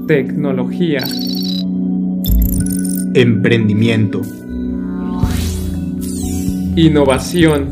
tecnología, emprendimiento, innovación,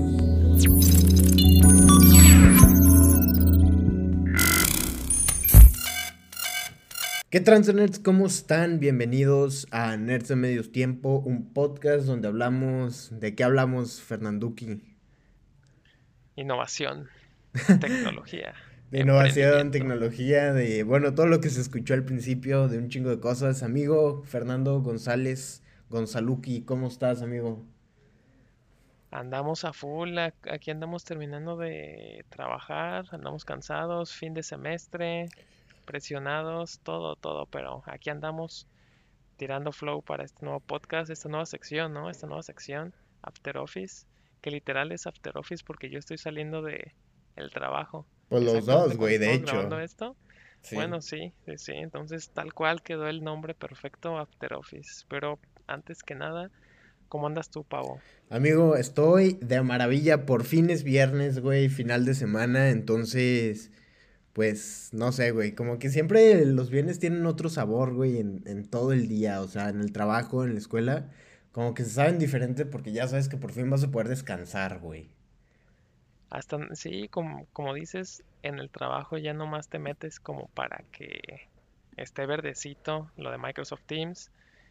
¿qué trans nerds? ¿Cómo están? Bienvenidos a Nerds de Medios Tiempo, un podcast donde hablamos... ¿De qué hablamos, Fernanduki? Innovación, tecnología, De innovación, emprendimiento. tecnología, bueno, todo lo que se escuchó al principio, de un chingo de cosas. Amigo Fernando González, Gonzaluki, ¿cómo estás, amigo? Andamos a full, aquí andamos terminando de trabajar, andamos cansados, fin de semestre, presionados, todo, pero aquí andamos tirando flow para este nuevo podcast, esta nueva sección, ¿no? Esta nueva sección, After Office, que literal es After Office porque yo estoy saliendo de el trabajo. Pues los dos, Exactamente cuando güey, de estamos hecho. grabando esto. Sí. Bueno, sí, entonces tal cual quedó el nombre perfecto, After Office. Pero antes que nada, ¿cómo andas tú, pavo? Amigo, estoy de maravilla, por fin es viernes, güey, final de semana, entonces... Pues no sé, güey, como que siempre los viernes tienen otro sabor, güey, en todo el día, o sea, en el trabajo, en la escuela, como que se saben diferente porque ya sabes que por fin vas a poder descansar, güey. Hasta, sí, como dices, en el trabajo ya nomás te metes como para que esté verdecito lo de Microsoft Teams,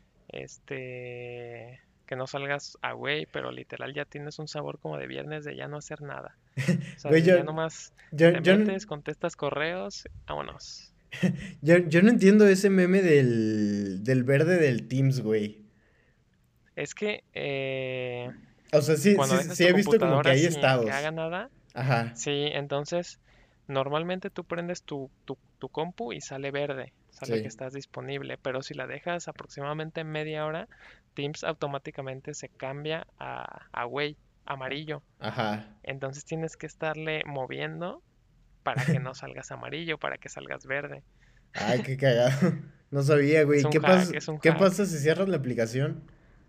que no salgas away, pero literal ya tienes un sabor como de viernes de ya no hacer nada. O sea, Güey, de ya nomás yo, te yo, metes, contestas correos, vámonos. yo no entiendo ese meme del verde del Teams, güey. Es que O sea, sí, cuando sí, dejas sí tu he visto como que computadora hay sin que estados. haga nada, Ajá. sí, entonces normalmente tú prendes tu compu y sale verde, sale que Sí. estás disponible, pero si la dejas aproximadamente media hora, Teams automáticamente se cambia a away, amarillo. Ajá. Entonces tienes que estarle moviendo para que no salgas amarillo, para que salgas verde. Ay, qué cagado. No sabía, Es güey. un hack, es un ¿Qué hack. pasa si cierras la aplicación?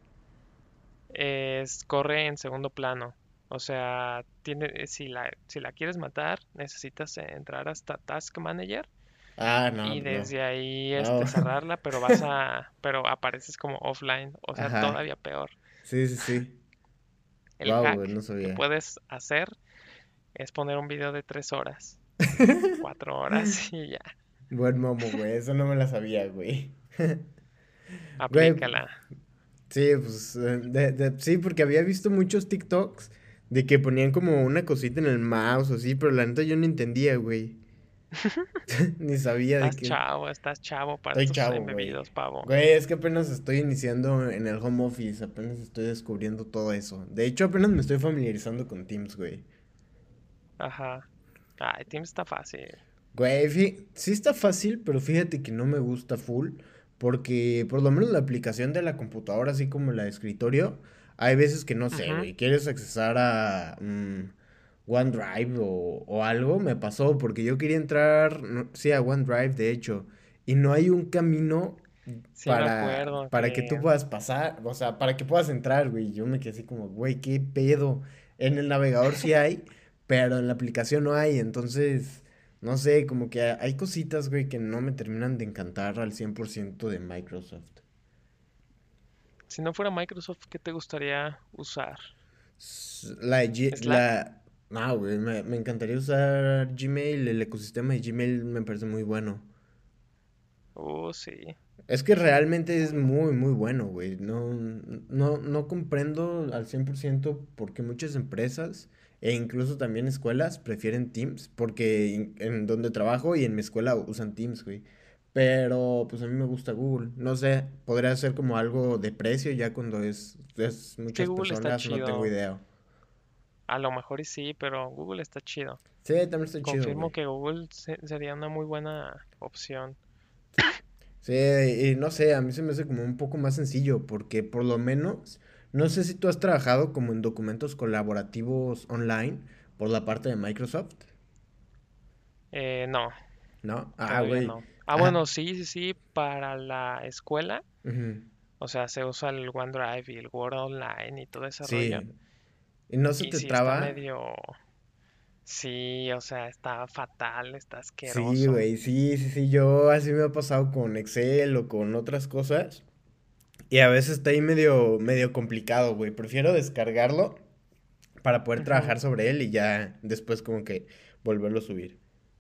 Corre en segundo plano. O sea, si la quieres matar, necesitas entrar hasta Task Manager Ah, no, y pues no. desde ahí No. cerrarla, pero apareces como offline, o sea, Ajá. todavía peor. Sí, sí, sí. El Wow, güey, hack no que sabía. puedes hacer es poner un video de 3 horas, 4 horas y ya, Buen momo, güey. Eso no me la sabía, güey. Güey, aplícala. sí, pues, sí, porque había visto muchos TikToks de que ponían como una cosita en el mouse o así, pero la neta yo no entendía, güey. Ni sabía de qué. Estás chavo para Estoy estos chavo, güey. embebidos, pavo. Güey, es que apenas estoy iniciando en el home office, apenas estoy descubriendo todo eso. De hecho, apenas me estoy familiarizando con Teams, güey. Ajá. Ay, Teams está fácil. Güey, sí está fácil, pero fíjate que no me gusta full, porque por lo menos la aplicación de la computadora, así como la de escritorio, hay veces que no sé, Ujú. güey, quieres accesar a OneDrive o algo, me pasó, porque yo quería entrar, sí, a OneDrive, de hecho, y no hay un camino Sí me acuerdo para que tú que puedas pasar, o sea, para que puedas entrar, güey. Yo me quedé así como, güey, ¿qué pedo? En el navegador sí hay, pero en la aplicación no hay, entonces... No sé, como que hay cositas, güey, que no me terminan de encantar al 100% de Microsoft. si no fuera Microsoft, ¿qué te gustaría usar? La de Slack. No, güey, me encantaría usar Gmail, el ecosistema de Gmail me parece muy bueno. Sí. Es que realmente es Muy, muy, muy bueno, güey. No comprendo al 100% por qué muchas empresas e incluso también escuelas prefieren Teams, porque en donde trabajo y en mi escuela usan Teams, güey. Pero pues a mí me gusta Google. No sé, podría ser como algo de precio ya cuando es es que muchas Google está personas, no tengo chido. idea. A lo mejor y sí, pero Google está chido. Sí, también está chido, Confirmo güey. que Google sería una muy buena opción. Sí, y no sé, a mí se me hace como un poco más sencillo, porque por lo menos, no sé si tú has trabajado como en documentos colaborativos online por la parte de Microsoft, No, ¿no? Ah, todavía güey. no. Ah, Bueno, sí, para la escuela. ujú, O sea, se usa el OneDrive y el Word Online y todo ese rollo. sí. ¿Y no se Y te sí está traba? medio... Sí, o sea, está fatal, está Sí, asqueroso. güey, sí, sí, sí, yo así me ha pasado con Excel o con otras cosas. Y a veces está ahí medio complicado, güey. Prefiero descargarlo para poder Ujú. trabajar sobre él y ya después como que volverlo a subir.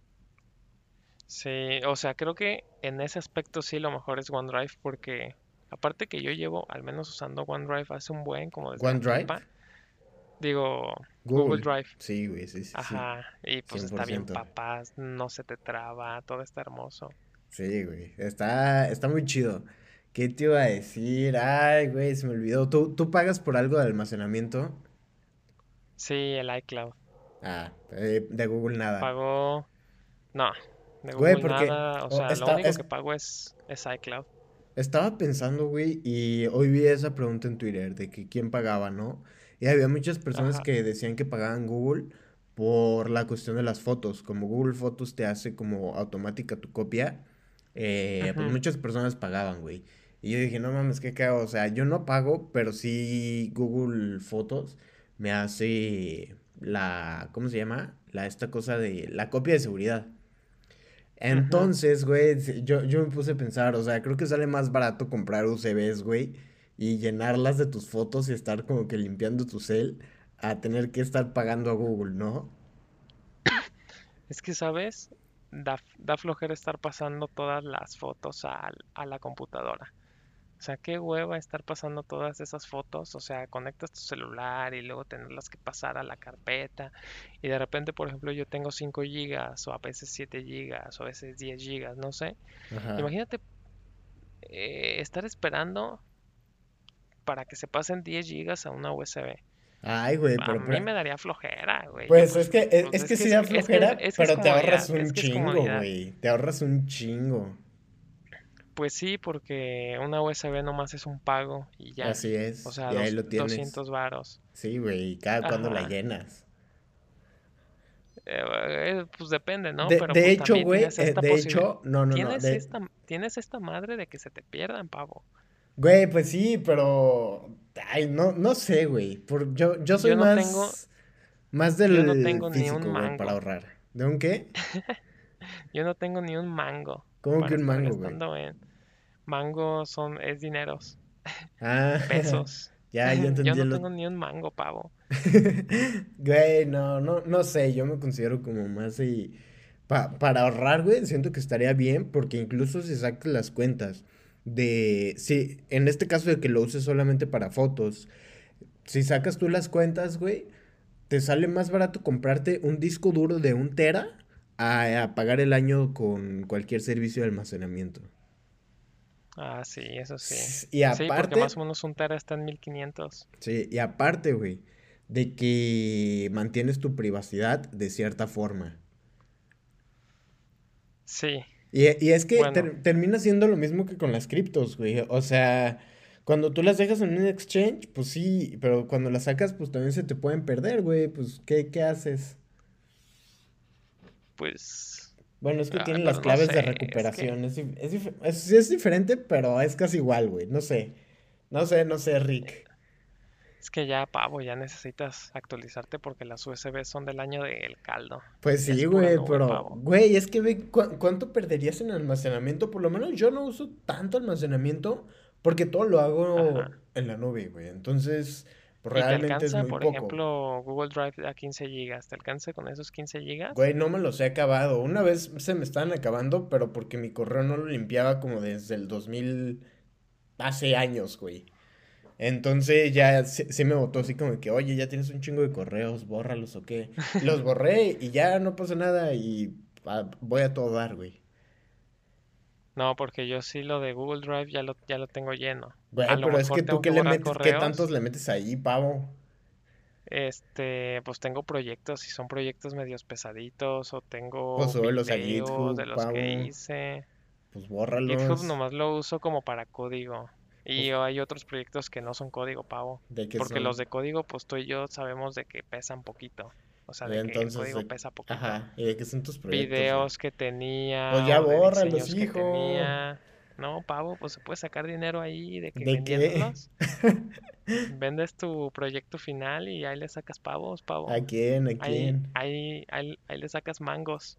Sí, o sea, creo que en ese aspecto sí lo mejor es OneDrive porque aparte que yo llevo al menos usando OneDrive hace un buen, como desde la OneDrive, prepa, digo Google Google. Drive, Sí, güey, sí, sí, sí. ajá, y pues está bien 100%. papás, no se te traba, todo está hermoso. Sí, güey. Está muy chido. ¿Qué te iba a decir? Ay, güey, se me olvidó. ¿Tú pagas por algo de almacenamiento? Sí, el iCloud. Ah, de Google nada. Pago, no, de Güey, Google porque nada, o oh, sea, lo único que pago es iCloud. estaba pensando, güey, y hoy vi esa pregunta en Twitter de que quién pagaba, ¿no? Y había muchas personas Ajá, que decían que pagaban Google por la cuestión de las fotos. Como Google Fotos te hace como automática tu copia, pues ujú. muchas personas pagaban, güey. Y yo dije, no mames, ¿qué cago? O sea, yo no pago, pero sí Google Fotos me hace ¿cómo se llama? Esta cosa de la copia de seguridad. Ujú. Entonces, güey, yo me puse a pensar, o sea, creo que sale más barato comprar UCBs, güey, y llenarlas de tus fotos y estar como que limpiando tu cel a tener que estar pagando a Google, ¿no? Es que, ¿sabes? Da flojera estar pasando todas las fotos a la computadora. O sea, qué hueva estar pasando todas esas fotos. O sea, conectas tu celular y luego tenerlas que pasar a la carpeta. Y de repente, por ejemplo, yo tengo 5 gigas o a veces 7 gigas o a veces 10 gigas, no sé. Ajá. Imagínate estar esperando para que se pasen 10 gigas a una USB. Ay, güey, A mí me daría flojera, güey. Yo pues es pues, que, es, pues es es que que sí da flojera, es que es pero te comodidad, ahorras un es que es chingo, comodidad. güey. Te ahorras un chingo. Pues sí, porque una USB nomás es un pago y ya. Así O es, sea, y ahí lo tienes. 200 varos. Sí, güey, y cada cuando la Ajá. llenas. Pues depende, ¿no? De, Pero de pues hecho, también güey, tienes esta de posibilidad. hecho, no, no, no, Tienes esta madre de que se te pierdan, pavo. güey, pues sí, pero, ay, no, no sé, güey, yo soy Yo no tengo, más yo no del tengo ni un físico, güey, para mango. ahorrar. ¿De un qué? Yo no tengo ni un mango ¿Cómo que para un estar mango, güey? gastando en mango es dineros, Ah, pesos. ya Yo entendí no lo. tengo ni un mango, pavo. Güey, no, no, no sé, yo me considero como más y para ahorrar, güey, siento que estaría bien porque incluso si sacas las cuentas sí, en este caso de que lo uses solamente para fotos, si sacas tú las cuentas, güey, te sale más barato comprarte un disco duro de 1 tera a pagar el año con cualquier servicio de almacenamiento. Ah, sí, eso sí. Y Sí, porque más aparte, o menos un tera está en 1500. sí, y aparte, güey, de que mantienes tu privacidad de cierta forma. Sí, Y es que bueno, termina siendo lo mismo que con las criptos, güey. O sea, cuando tú las dejas en un exchange, pues sí, pero cuando las sacas, pues también se te pueden perder, güey. Pues, ¿qué haces? pues, Bueno, es que ay, tienen las pero no claves de sé, es que, recuperación. Sí es diferente, pero es casi igual, güey. No sé. No sé, Rick. es que ya, pavo, ya necesitas actualizarte porque las USB son del año del caldo. Pues Ya sí, es pura güey, nube, pero, pavo. güey, es que ve cuánto perderías en almacenamiento. Por lo menos yo no uso tanto almacenamiento porque todo lo Ajá. hago en la nube, güey. Entonces, pues ¿Y te realmente es alcanza, muy por poco. ejemplo, Google Drive a 15 gigas? ¿Te alcanza con esos 15 gigas? Güey, no me los he acabado. Una vez se me estaban acabando, pero porque mi correo no lo limpiaba como desde el 2000, hace años, güey. Entonces ya sí me botó así como que, oye, ya tienes un chingo de correos, bórralos o qué. Y los borré y ya no pasa nada y voy a todo dar, güey. No, porque yo sí lo de Google Drive ya lo tengo lleno. A Güey, lo pero es que mejor tú tengo qué que le borrar metes, qué tantos correos. le metes ahí, pavo. Pues tengo proyectos y son proyectos medios pesaditos o Pues tengo súbelos a videos de GitHub, los que pavo. hice. Pues GitHub bórralos. nomás lo uso como para código. Pues, Y hay otros proyectos que no son código, pavo. ¿de qué Porque los son? de código, pues tú y yo sabemos de que pesan poquito. O sea, Y de que el entonces, código pesa poquito. ajá, ¿y de qué son tus proyectos, güey? Videos que Pues tenía ya o de bórralos, diseños que hijo. tenía. No, pavo, pues se puede sacar dinero ahí de que ¿De qué? vendiéndolos. Vendes tu proyecto final y ahí le sacas pavos, ¿A pavo. quién? ¿A Ahí, quién? ahí le sacas mangos.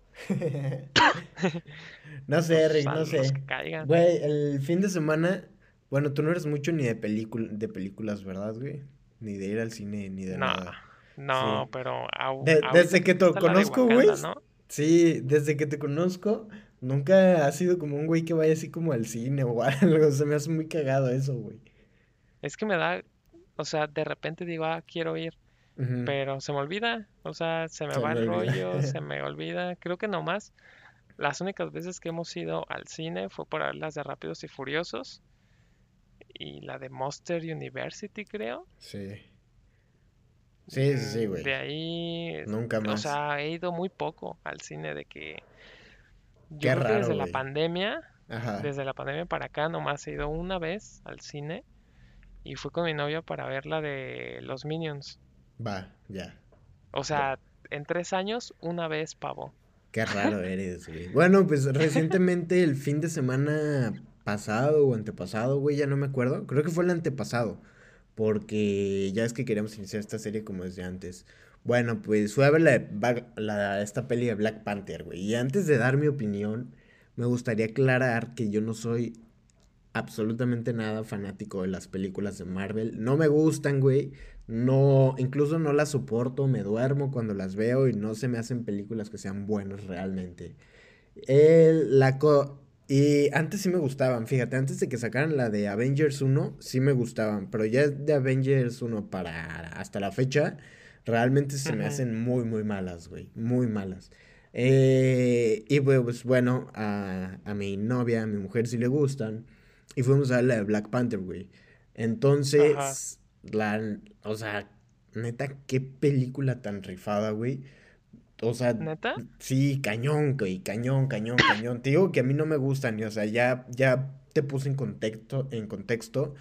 No sé, Pues Rick, a no los sé. que caigan. Güey, el fin de semana, bueno, tú no eres mucho ni de películas, ¿verdad, güey? Ni de ir al cine, ni de No, nada. Sí. no, pero ahorita Desde que creo que te está la de conozco, güey. Wakanda, ¿no? Sí, desde que te conozco, nunca has sido como un güey que vaya así como al cine o algo. Se me hace muy cagado eso, güey. Es que me da, o sea, de repente digo, quiero ir, Ujú. pero se me olvida, o sea, se me Se va me el olvida. rollo, se me olvida. Creo que nomás las únicas veces que hemos ido al cine fue por ver las de Rápidos y Furiosos y la de Monster University, creo. Sí. Sí, sí, sí, De güey. ahí, Nunca o más. sea, he ido muy poco al cine de que yo Qué creo que raro, güey. Ajá. desde la pandemia para acá nomás he ido una vez al cine y fui con mi novia para ver la de los Minions. Va, ya. O sea, en 3 años, una vez, pavo. Qué raro eres, güey. Bueno, pues recientemente, el fin de semana pasado o antepasado, güey, ya no me acuerdo. Creo que fue el antepasado. Porque ya es que queríamos iniciar esta serie como desde antes. Bueno, pues fue a ver esta peli de Black Panther, güey. Y antes de dar mi opinión, me gustaría aclarar que yo no soy absolutamente nada fanático de las películas de Marvel. No me gustan, güey. No, incluso no las soporto, me duermo cuando las veo y no se me hacen películas que sean buenas realmente. Y antes sí me gustaban, fíjate, antes de que sacaran la de Avengers 1 sí me gustaban, pero ya de Avengers 1 para hasta la fecha, realmente se me Ujú. hacen muy, muy malas, güey, muy malas. Y pues bueno, a mi novia, a mi mujer sí le gustan, y fuimos a ver la de Black Panther, güey. Ajá. Entonces, o sea, neta, qué película tan rifada, güey. O sea, ¿Neta? sí, cañón, güey, cañón, cañón, cañón. Te digo que a mí no me gustan, y, o sea, ya te puse en contexto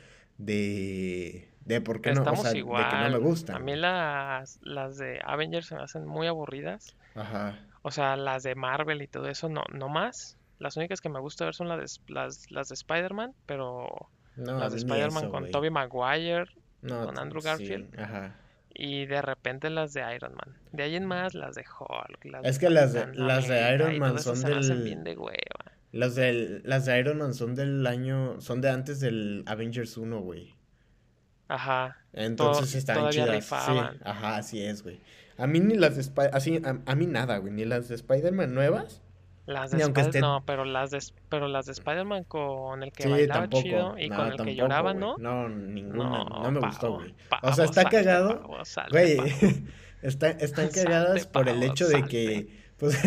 de por qué no, o sea, Estamos de que no me igual. A gustan, mí güey. las de Avengers se me hacen muy aburridas. Ajá. O sea, las de Marvel y todo eso, no, no más. Las únicas que me gusta ver son las de Spider-Man, pero No, a las de mí ni Spider-Man eso, con güey. Tobey Maguire y No, con Andrew Garfield. sí, ajá. Y de repente las de Iron Man. De ahí en más, las de Hulk, las Es de que Capitán las de América Iron y Man todo eso son se me hacen bien de hueva. las de Iron Man son del año, son de antes del Avengers 1, güey. Ajá, Entonces están todavía chidas, sí, rifaban. ajá, así es, güey. A mí ni las de así, a mí nada, güey, ni las de Spider-Man nuevas, Las de ni aunque Spider, esté, no, pero las de Spider-Man con el que sí, bailaba tampoco, chido y con no, el que tampoco, lloraba, güey, ¿no? no, ninguna, no No, me gustó, pavo, güey. O sea, pavo, está salte, cagado, pavo, salte, güey, pavo. están cagadas Salte, por el pavo, hecho de salte. que, pues,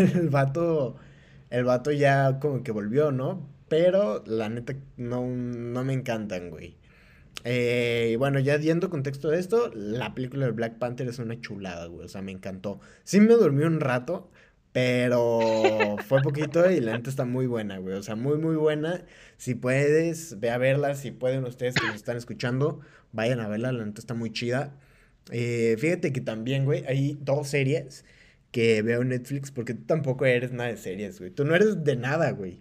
el vato ya como que volvió, ¿no? Pero, la neta, no me encantan, güey. Y bueno, ya dando contexto de esto, la película de Black Panther es una chulada, güey. O sea, me encantó. Sí me dormí un rato, pero fue poquito y la neta está muy buena, güey. O sea, muy, muy buena. Si puedes, ve a verla. Si pueden ustedes que nos están escuchando, vayan a verla. La neta está muy chida. Fíjate que también, güey, hay dos series que veo en Netflix porque tú tampoco eres nada de series, güey. Tú no eres de nada, güey.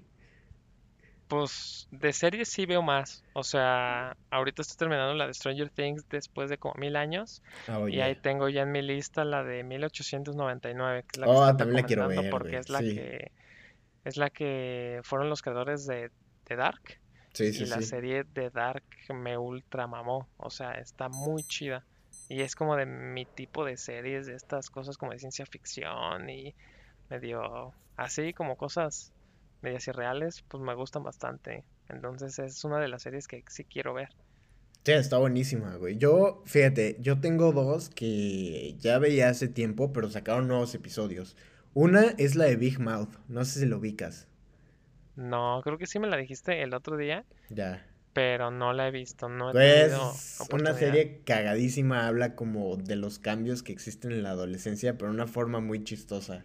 Pues de series sí veo más. O sea, ahorita estoy terminando la de Stranger Things después de como 1000 años. Oh, Y ahí yeah. tengo ya en mi lista la de 1899, que es la que Oh, están también la quiero recomendando ver, porque güey. Sí, es la que fueron los creadores de Dark. sí, Y sí, la sí. serie de Dark me ultra mamó. O sea, está muy chida. Y es como de mi tipo de series, de estas cosas como de ciencia ficción y medio así como cosas medias irreales, pues me gustan bastante. Entonces es una de las series que sí quiero ver. Sí, está buenísima, güey. Yo, fíjate, yo tengo dos que ya veía hace tiempo, pero sacaron nuevos episodios. Una es la de Big Mouth, no sé si lo ubicas. No, creo que sí me la dijiste el otro día, Ya. pero no la he visto, no he Pues tenido es una oportunidad. serie cagadísima, habla como de los cambios que existen en la adolescencia, pero de una forma muy chistosa.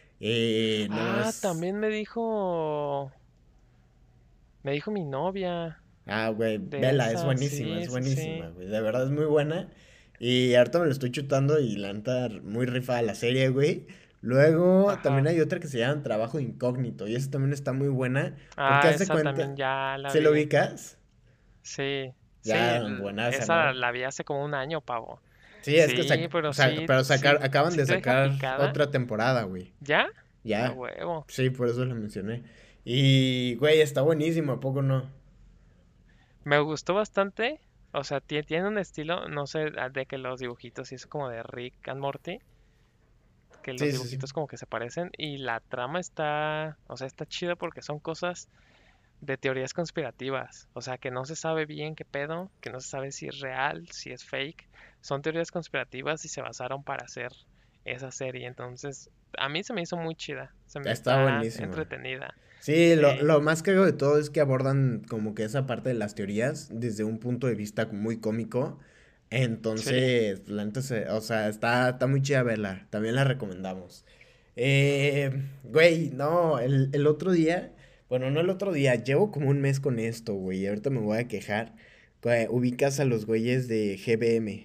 No Ah, es... también me dijo mi novia Güey, de vela, esa, sí, es sí, buenísima, sí. güey. De verdad es muy buena. Y ahorita me lo estoy chutando y la neta, muy rifada la serie, güey. Luego también Ajá. hay otra que se llama Trabajo Incógnito y esa también está muy buena porque Ah, hace esa cuenta, también ya la ¿se lo vi. ubicas? Sí. Sí, Ya, buenaza, esa ¿no? la vi hace como un año, pavo. Sí, es que Sí, pero sí, pero sí, acaban sí de te deja sacar picada. otra temporada, güey. ¿Ya? A Ya. huevo. Sí, por eso lo mencioné. Y, güey, está buenísimo, ¿a poco no? Me gustó bastante. O sea, tiene un estilo, no sé, de que los dibujitos y eso como de Rick and Morty, que los Sí, sí, sí. dibujitos como que se parecen y la trama está, o sea, está chida porque son cosas de teorías conspirativas, o sea, que no se sabe bien qué pedo, que no se sabe si es real, si es fake. Son teorías conspirativas y se basaron para hacer esa serie. Entonces, a mí se me hizo muy chida, se me Está está buenísima. entretenida. Sí, Sí, lo más cagado de todo es que abordan como que esa parte de las teorías desde un punto de vista muy cómico. sí. Entonces, la neta o sea, está muy chida verla. También la recomendamos. Güey, no, el otro día, bueno, no el otro día, llevo como un mes con esto, güey, y ahorita me voy a quejar. Ubicas a los güeyes de GBM,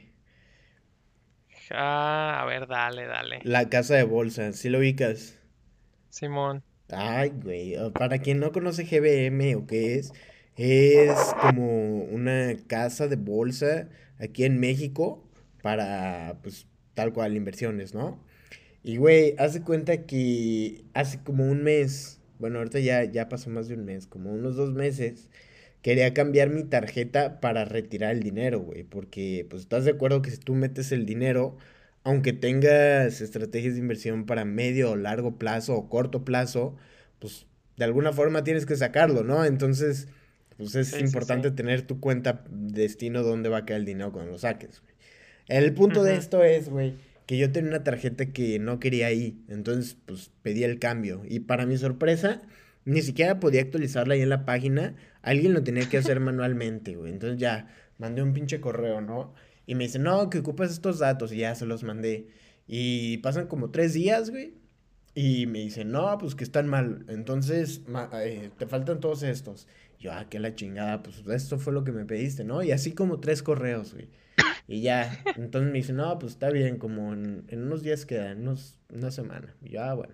Ah, a ver, dale, dale. la casa de bolsa, ¿sí lo ubicas? Simón. Ay, güey, para quien no conoce GBM o qué es como una casa de bolsa aquí en México para, pues, tal cual, inversiones, ¿no? Y, güey, hace cuenta que hace como un mes, bueno, ahorita ya pasó más de un mes, como unos 2 meses, quería cambiar mi tarjeta para retirar el dinero, güey, porque, pues, estás de acuerdo que si tú metes el dinero, aunque tengas estrategias de inversión para medio o largo plazo o corto plazo, pues, de alguna forma tienes que sacarlo, ¿no? Entonces, pues, es Sí, sí, importante sí. tener tu cuenta destino donde va a caer el dinero cuando lo saques, güey. El punto de Ujú. esto es, güey, que yo tenía una tarjeta que no quería ahí, entonces pues pedí el cambio y para mi sorpresa ni siquiera podía actualizarla ahí en la página, alguien lo tenía que hacer manualmente, güey, entonces ya mandé un pinche correo, ¿no? Y me dice, no, que ocupas estos datos y ya se los mandé. Y pasan como 3 días, güey. Y me dice, no, pues que están mal. Entonces, te faltan todos estos. Yo, qué la chingada, pues esto fue lo que me pediste, ¿no? Y así como 3 correos, güey. Y ya, entonces me dice, no, pues está bien, como en unos días queda, una semana. Y yo, bueno.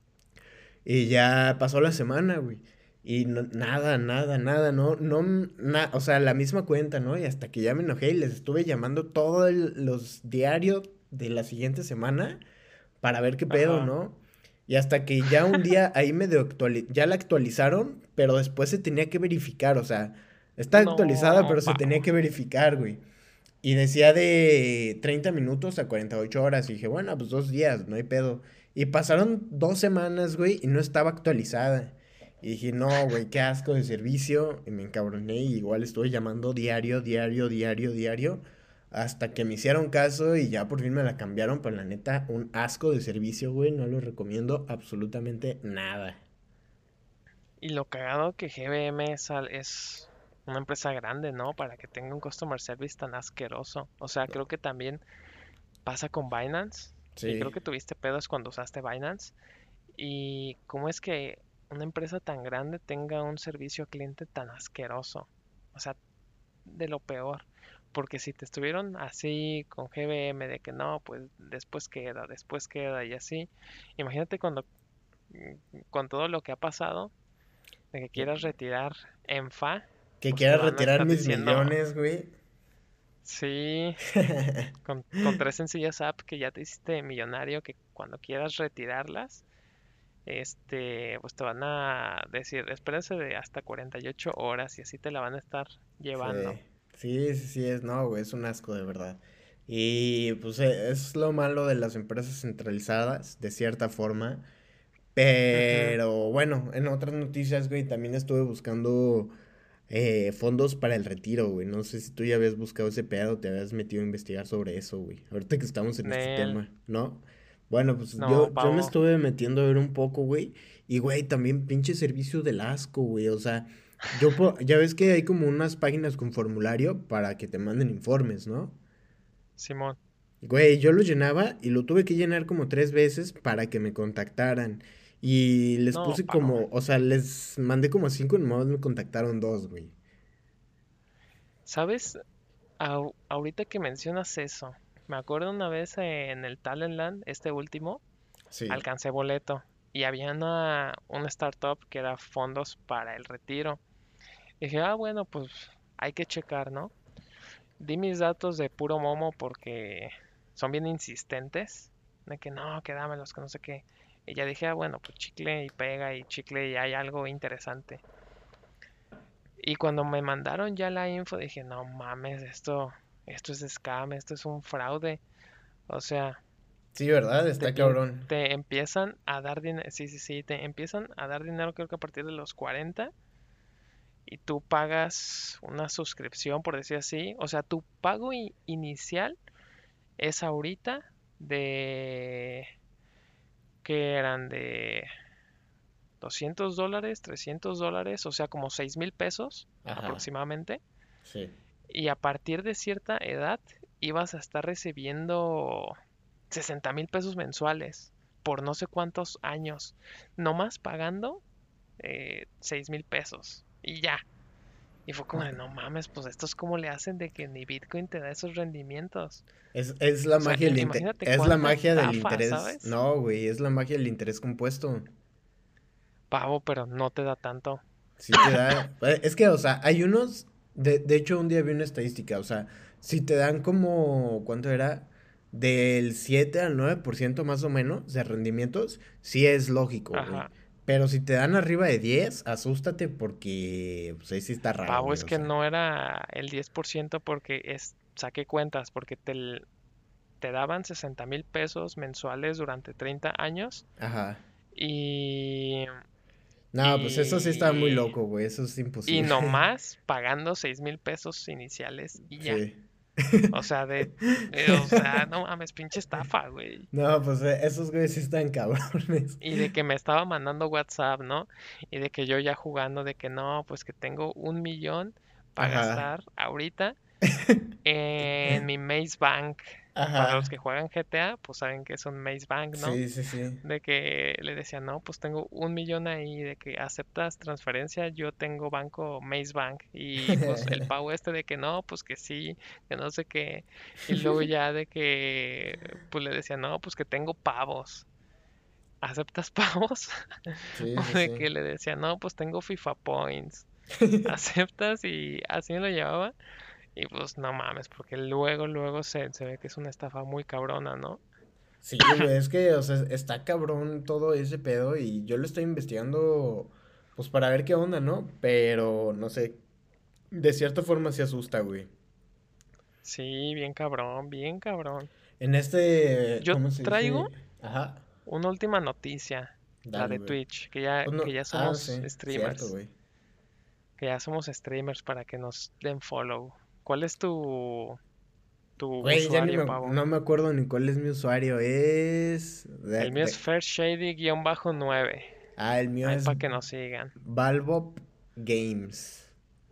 Y ya pasó la semana, güey. Y nada, nada, nada, o sea, la misma cuenta, ¿no? Y hasta que ya me enojé y les estuve llamando todos los diarios de la siguiente semana para ver qué pedo, Ajá. ¿no? Y hasta que ya un día ahí medio ya la actualizaron, pero después se tenía que verificar, o sea, está actualizada, No, pero se tenía pavo. que verificar, güey. Y decía de 30 minutos a 48 horas. Y dije, bueno, pues 2 días, no hay pedo. Y pasaron 2 semanas, güey, y no estaba actualizada. Y dije, no, güey, qué asco de servicio. Y me encabroné y igual estuve llamando diario, diario, diario, diario. Hasta que me hicieron caso y ya por fin me la cambiaron. Pero la neta, un asco de servicio, güey. No lo recomiendo absolutamente nada. Y lo cagado que GBM es una empresa grande, ¿no? Para que tenga un customer service tan asqueroso. O sea, creo que también pasa con Binance. Y creo Sí. que tuviste pedos cuando usaste Binance. Y cómo es que una empresa tan grande tenga un servicio al cliente tan asqueroso. O sea, de lo peor. Porque si te estuvieron así con GBM de que no, pues después queda y así. Imagínate con todo lo que ha pasado, de que quieras retirar en FA, Que pues te quiera van a retirar estar mis diciendo, millones, güey. sí, con tres sencillas apps que ya te hiciste millonario, que cuando quieras retirarlas, pues te van a decir, espérense de hasta 48 horas y así te la van a estar Sí, llevando. sí, sí, sí, no, güey, es un asco de verdad. Y pues es lo malo de las empresas centralizadas, de cierta forma. Ujú. Pero bueno, en otras noticias, güey, también estuve buscando fondos para el retiro, güey. No sé si tú ya habías buscado ese pedo, te habías metido a investigar sobre eso, güey. Ahorita que estamos en este Nel, tema, ¿no? Bueno, pues no, yo me pavo. estuve metiendo a ver un poco, güey. Y, güey, también pinche servicio del asco, güey. O sea, ya ves que hay como unas páginas con formulario para que te manden informes, ¿no? Simón, Güey, yo lo llenaba y lo tuve que llenar como 3 veces para que me contactaran. Y les no, puse pavo. como, o sea, les mandé como 5 y nomás me contactaron dos, güey. ¿Sabes? Ahorita que mencionas eso, me acuerdo una vez en el Talentland, este último, Sí. alcancé boleto y había una startup que era fondos para el retiro. Dije, bueno, pues hay que checar, ¿no? di mis datos de puro momo porque son bien insistentes. De que no, que dámelos, que no sé qué. Y ya dije, bueno, pues chicle y pega y chicle y hay algo interesante. Y cuando me mandaron ya la info, dije, no mames, esto es scam, esto es un fraude. O sea, Sí, ¿verdad? te, Está pien- cabrón. te empiezan a dar dinero, sí, sí, sí, te empiezan a dar dinero creo que a partir de los 40 y tú pagas una suscripción, por decir así. O sea, tu pago inicial es ahorita de, que eran de $200, $300, o sea, como 6,000 pesos Ajá, aproximadamente. sí. Y a partir de cierta edad ibas a estar recibiendo 60,000 pesos mensuales por no sé cuántos años, nomás pagando 6,000 pesos y ya. Y fue como de, no mames, pues esto es como le hacen de que ni Bitcoin te da esos rendimientos. Es la O sea, magia imagínate es la cuánta magia del estafa, interés. ¿sabes? No, güey, es la magia del interés compuesto. Pavo, pero no te da tanto. Si te da, es que, o sea, hay unos, de hecho un día vi una estadística, o sea, si te dan como, ¿cuánto era? Del 7 al 9% más o menos de rendimientos, sí es lógico, güey. Ajá. Pero si te dan arriba de 10 asústate porque, pues ahí sí está raro, Pavo, güey, es o que sea. no era el 10% porque saqué cuentas, porque te daban 60,000 pesos mensuales durante 30 años Ajá. y, No, pues eso sí está muy y, loco, güey, eso es y imposible. nomás pagando 6,000 pesos iniciales y ya. Sí. O sea, o sea, no mames, pinche estafa, güey. No, pues esos güeyes sí están cabrones. Y de que me estaba mandando WhatsApp, ¿no? Y de que yo ya jugando, de que no, pues que tengo 1 millón para Ajá. gastar ahorita en mi Maze Bank. Para los Ajá. que juegan GTA, pues saben que es un Maze Bank, ¿no? Sí, sí, sí. De que le decía, no, pues tengo 1 millón ahí, de que aceptas transferencia, yo tengo banco Maze Bank. Y pues el pavo este de que no, pues que sí, que no sé qué. Y luego ya de que, pues le decía, no, pues que tengo pavos. ¿Aceptas pavos? Sí, O sí, de sí. que le decía, no, pues tengo FIFA Points. ¿Aceptas? Y así me lo llevaba. Y pues no mames, porque luego se ve que es una estafa muy cabrona, ¿no? Sí, güey, es que, o sea, está cabrón todo ese pedo y yo lo estoy investigando, pues para ver qué onda, ¿no? Pero, no sé, de cierta forma se asusta, güey. Sí, bien cabrón, bien cabrón. En este, Yo ¿cómo se traigo dice? Ajá, una última noticia, la dale, de güey. Twitch, que ya, Pues que no, ya ah, somos sí, cierto, streamers, güey. que ya somos streamers para que nos den follow. ¿Cuál es tu Güey, ya usuario, pavo? no me acuerdo ni cuál es mi usuario, es... El mío es FairShady-9. el mío Ahí es para que nos sigan. Valvop Games.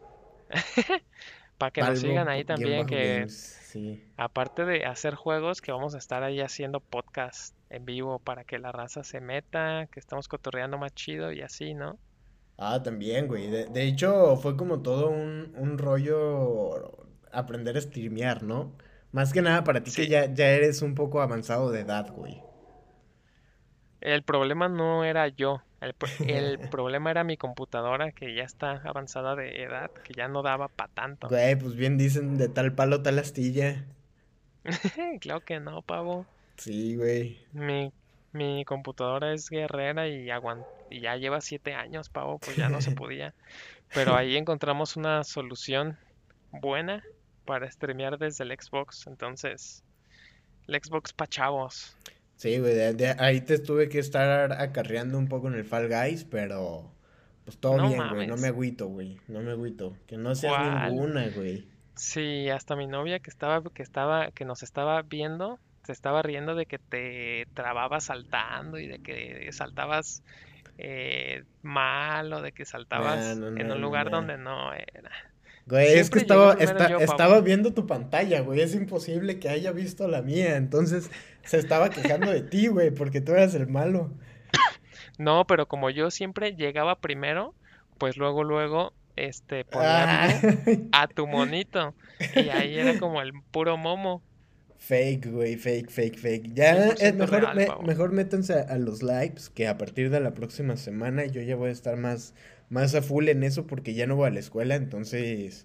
Para que nos sigan ahí también, que Valvop-Games, sí. aparte de hacer juegos, que vamos a estar ahí haciendo podcast en vivo para que la raza se meta, que estamos cotorreando más chido y así, ¿no? Ah, también, güey. De hecho, fue como todo un rollo aprender a streamear, ¿no? Más que nada para ti que Sí, ya eres un poco avanzado de edad, güey. el problema no era yo, el problema era mi computadora que ya está avanzada de edad, que ya no daba para tanto. Güey, pues bien dicen de tal palo, tal astilla. Claro que no, pavo. Sí, güey. Mi, mi computadora es guerrera y ya lleva 7 años, pavo, pues ya no se podía. Pero ahí encontramos una solución buena para streamear desde el Xbox. Entonces, el Xbox pa' chavos. Sí, güey, de ahí te tuve que estar acarreando un poco en el Fall Guys, pero pues todo No bien, güey. No me mames. agüito, güey. No me agüito. Que no seas ¿Cuál? ninguna, güey. Sí, hasta mi novia que nos estaba viendo, se estaba riendo de que te trababas saltando y de que saltabas mal o de que Nah, saltabas no, en no, un no, lugar no. donde no era. Güey, es que Siempre llegué primero yo, estaba pavo. viendo tu pantalla, güey. Es imposible que haya visto la mía. Entonces se estaba quejando de ti, güey, porque tú eras el malo. No, pero como yo siempre llegaba primero, pues luego, ponía Ah, view a tu monito. Y ahí era como el puro momo. fake, güey, fake, fake, fake. cien Ya, por ciento real, pavo. mejor métanse a los lives, que a partir de la próxima semana yo ya voy a estar más a full en eso porque ya no voy a la escuela, entonces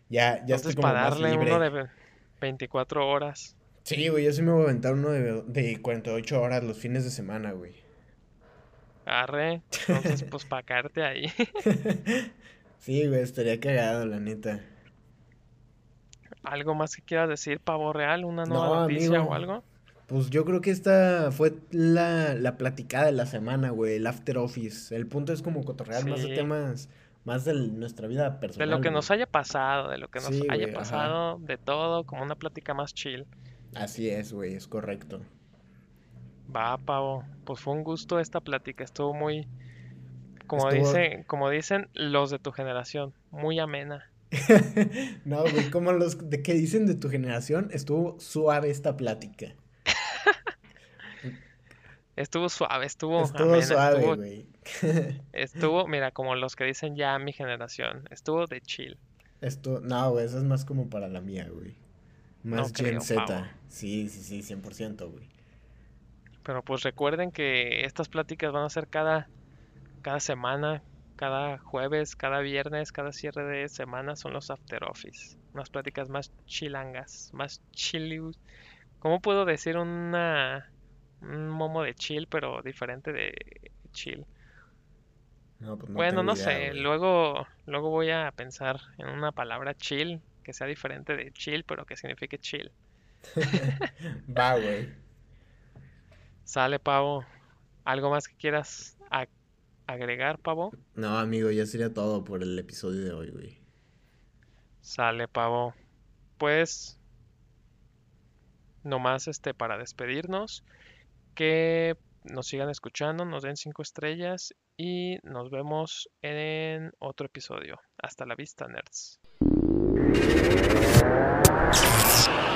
Ya estoy Entonces, como para más darle uno libre. de 24 horas. Sí, güey, yo sí me voy a aventar uno de 48 horas los fines de semana, güey. Arre. Entonces, pues para caerte ahí. Sí, güey, estaría cagado, la neta. ¿Algo más que quieras decir, pavo real? ¿Una nueva No, noticia amigo, o algo? pues yo creo que esta fue la platicada de la semana, güey, el after office. El punto es como cotorrear más de Sí. temas, más de nuestra vida De lo personal, que güey. nos haya pasado, de lo que nos Sí, haya güey, ajá. pasado, de todo, como una plática más chill. Así es, güey, es correcto. Va, pavo. Pues fue un gusto esta plática. Estuvo muy, Estuvo... como dicen los de tu generación, muy amena. No, güey, como los de que dicen de tu generación, estuvo suave esta plática. Estuvo suave, estuvo Estuvo amena, suave, güey. mira, como los que dicen ya mi generación, estuvo de chill. No, güey, eso es más como para la mía, güey. No Más Gen creo, pavo. Z. Sí, sí, sí, 100%, güey. Pero pues recuerden que estas pláticas van a ser cada semana, cada jueves, cada viernes, cada cierre de semana son los after office. Unas pláticas más chilangas, más chili. ¿Cómo puedo decir un momo de chill, pero diferente de chill? No, pues no Bueno, tengo no idea, sé, güey. luego voy a pensar en una palabra chill que sea diferente de chill, pero que signifique chill. Va, güey. Sale, pavo. ¿Algo más que quieras agregar, pavo? No, amigo, ya sería todo por el episodio de hoy, güey. Sale, pavo. Pues nomás para despedirnos, que nos sigan escuchando, nos den 5 estrellas y nos vemos en otro episodio. Hasta la vista, nerds.